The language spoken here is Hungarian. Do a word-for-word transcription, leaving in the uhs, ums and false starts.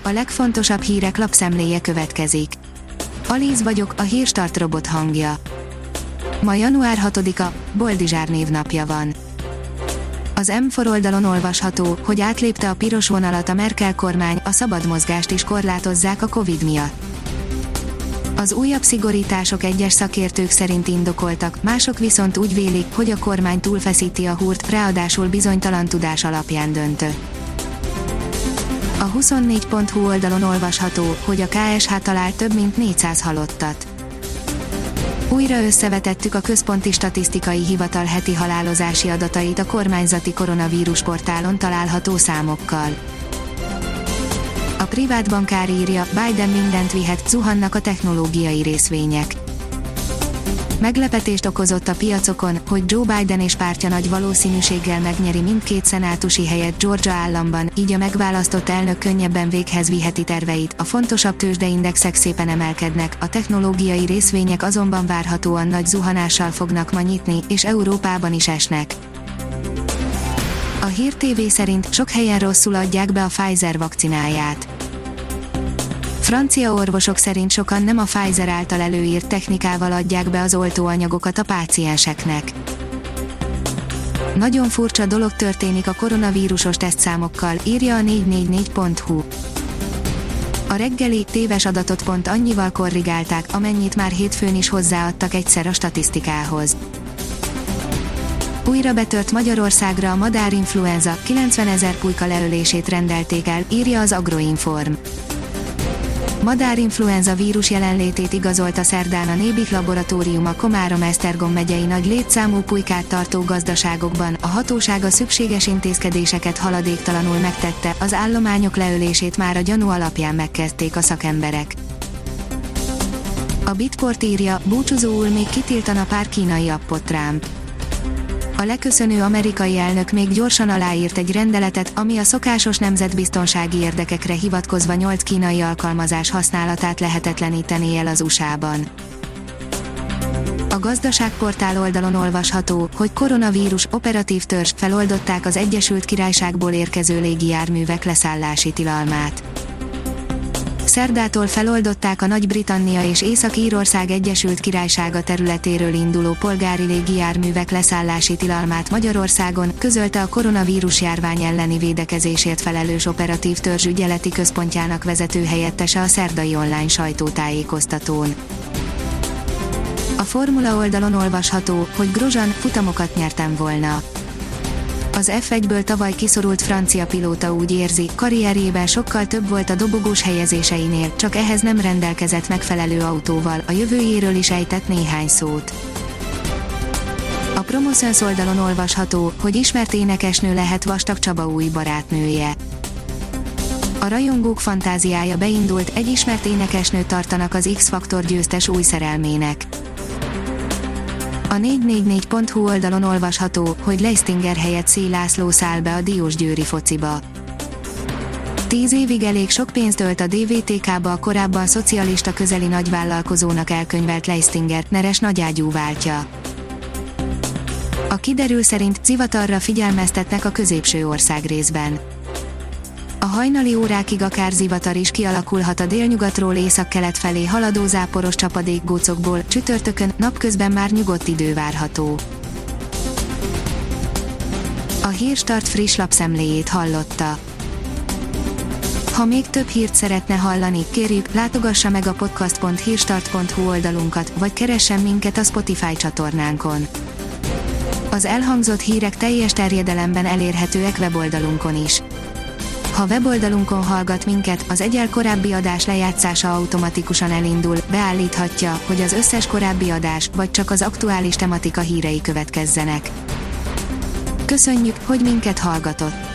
a legfontosabb hírek lapszemléje következik. Alíz vagyok, a Hírstart robot hangja. Ma január hatodika, Boldizsár névnapja van. Az M négy oldalon olvasható, hogy átlépte a piros vonalat a Merkel kormány, a szabad mozgást is korlátozzák a Covid miatt. Az újabb szigorítások egyes szakértők szerint indokoltak, mások viszont úgy vélik, hogy a kormány túlfeszíti a húrt, ráadásul bizonytalan tudás alapján döntött. A huszonnégy pont hu oldalon olvasható, hogy a ká es há talált több mint négyszáz halottat. Újra összevetettük a Központi Statisztikai Hivatal heti halálozási adatait a kormányzati koronavírus portálon található számokkal. A privát bankár írja, Biden mindent vihet, zuhannak a technológiai részvények. Meglepetést okozott a piacokon, hogy Joe Biden és pártja nagy valószínűséggel megnyeri mindkét szenátusi helyet Georgia államban, így a megválasztott elnök könnyebben véghez viheti terveit, a fontosabb tőzsdeindexek szépen emelkednek, a technológiai részvények azonban várhatóan nagy zuhanással fognak ma nyitni, és Európában is esnek. A Hír té vé szerint sok helyen rosszul adják be a Pfizer vakcináját. Francia orvosok szerint sokan nem a Pfizer által előírt technikával adják be az oltóanyagokat a pácienseknek. Nagyon furcsa dolog történik a koronavírusos tesztszámokkal, írja a négy négy négy pont hu. A reggeli, téves adatot pont annyival korrigálták, amennyit már hétfőn is hozzáadtak egyszer a statisztikához. Újra betört Magyarországra a madárinfluenza, kilencvenezer pulyka leölését rendelték el, írja az Agroinform. Madárinfluenza vírus jelenlétét igazolta szerdán a Nébik laboratórium a Komárom-Esztergom megyei nagy létszámú pulykát tartó gazdaságokban, a hatóság a szükséges intézkedéseket haladéktalanul megtette, az állományok leölését már a gyanú alapján megkezdték a szakemberek. A Bitport írja, búcsúzóul még kitiltana pár kínai appot Trump. A leköszönő amerikai elnök még gyorsan aláírt egy rendeletet, ami a szokásos nemzetbiztonsági érdekekre hivatkozva nyolc kínai alkalmazás használatát lehetetlenítené el az u es á-ban. A gazdaságportál oldalon olvasható, hogy koronavírus operatív törzs feloldották az Egyesült Királyságból érkező légijárművek leszállási tilalmát. Szerdától feloldották a Nagy-Britannia és Észak-Írország Egyesült Királysága területéről induló polgári légijárművek leszállási tilalmát Magyarországon, közölte a koronavírus járvány elleni védekezésért felelős operatív törzs ügyeleti központjának vezető helyettese a szerdai online sajtótájékoztatón. A Formula oldalon olvasható, hogy Grosjean, futamokat nyertem volna. Az ef egyből tavaly kiszorult francia pilóta úgy érzi, karrierjében sokkal több volt a dobogós helyezéseinél, csak ehhez nem rendelkezett megfelelő autóval, a jövőjéről is ejtett néhány szót. A Promoszöns oldalon olvasható, hogy ismert énekesnő lehet Vastag Csaba új barátnője. A rajongók fantáziája beindult, egy ismert énekesnőt tartanak az X-faktor győztes új szerelmének. A négy négy négy pont hu oldalon olvasható, hogy Leistinger helyett Szél László száll be a diósgyőri fociba. Tíz évig elég sok pénzt ölt a dé vé té ká-ba a korábban szocialista közeli nagyvállalkozónak elkönyvelt Leistinger, Neres nagyágyú váltja. A kiderül szerint zivatarra figyelmeztetnek a középső országrészben. A hajnali órákig akár zivatar is kialakulhat a délnyugatról északkelet felé haladó záporos csapadékgócokból, csütörtökön, napközben már nyugodt idő várható. A Hírstart friss lapszemléjét hallotta. Ha még több hírt szeretne hallani, kérjük, látogassa meg a podcast pont hírstart pont hu oldalunkat, vagy keressen minket a Spotify csatornánkon. Az elhangzott hírek teljes terjedelemben elérhetőek weboldalunkon is. Ha weboldalunkon hallgat minket, az egyel korábbi adás lejátszása automatikusan elindul, beállíthatja, hogy az összes korábbi adás, vagy csak az aktuális tematika hírei következzenek. Köszönjük, hogy minket hallgatott!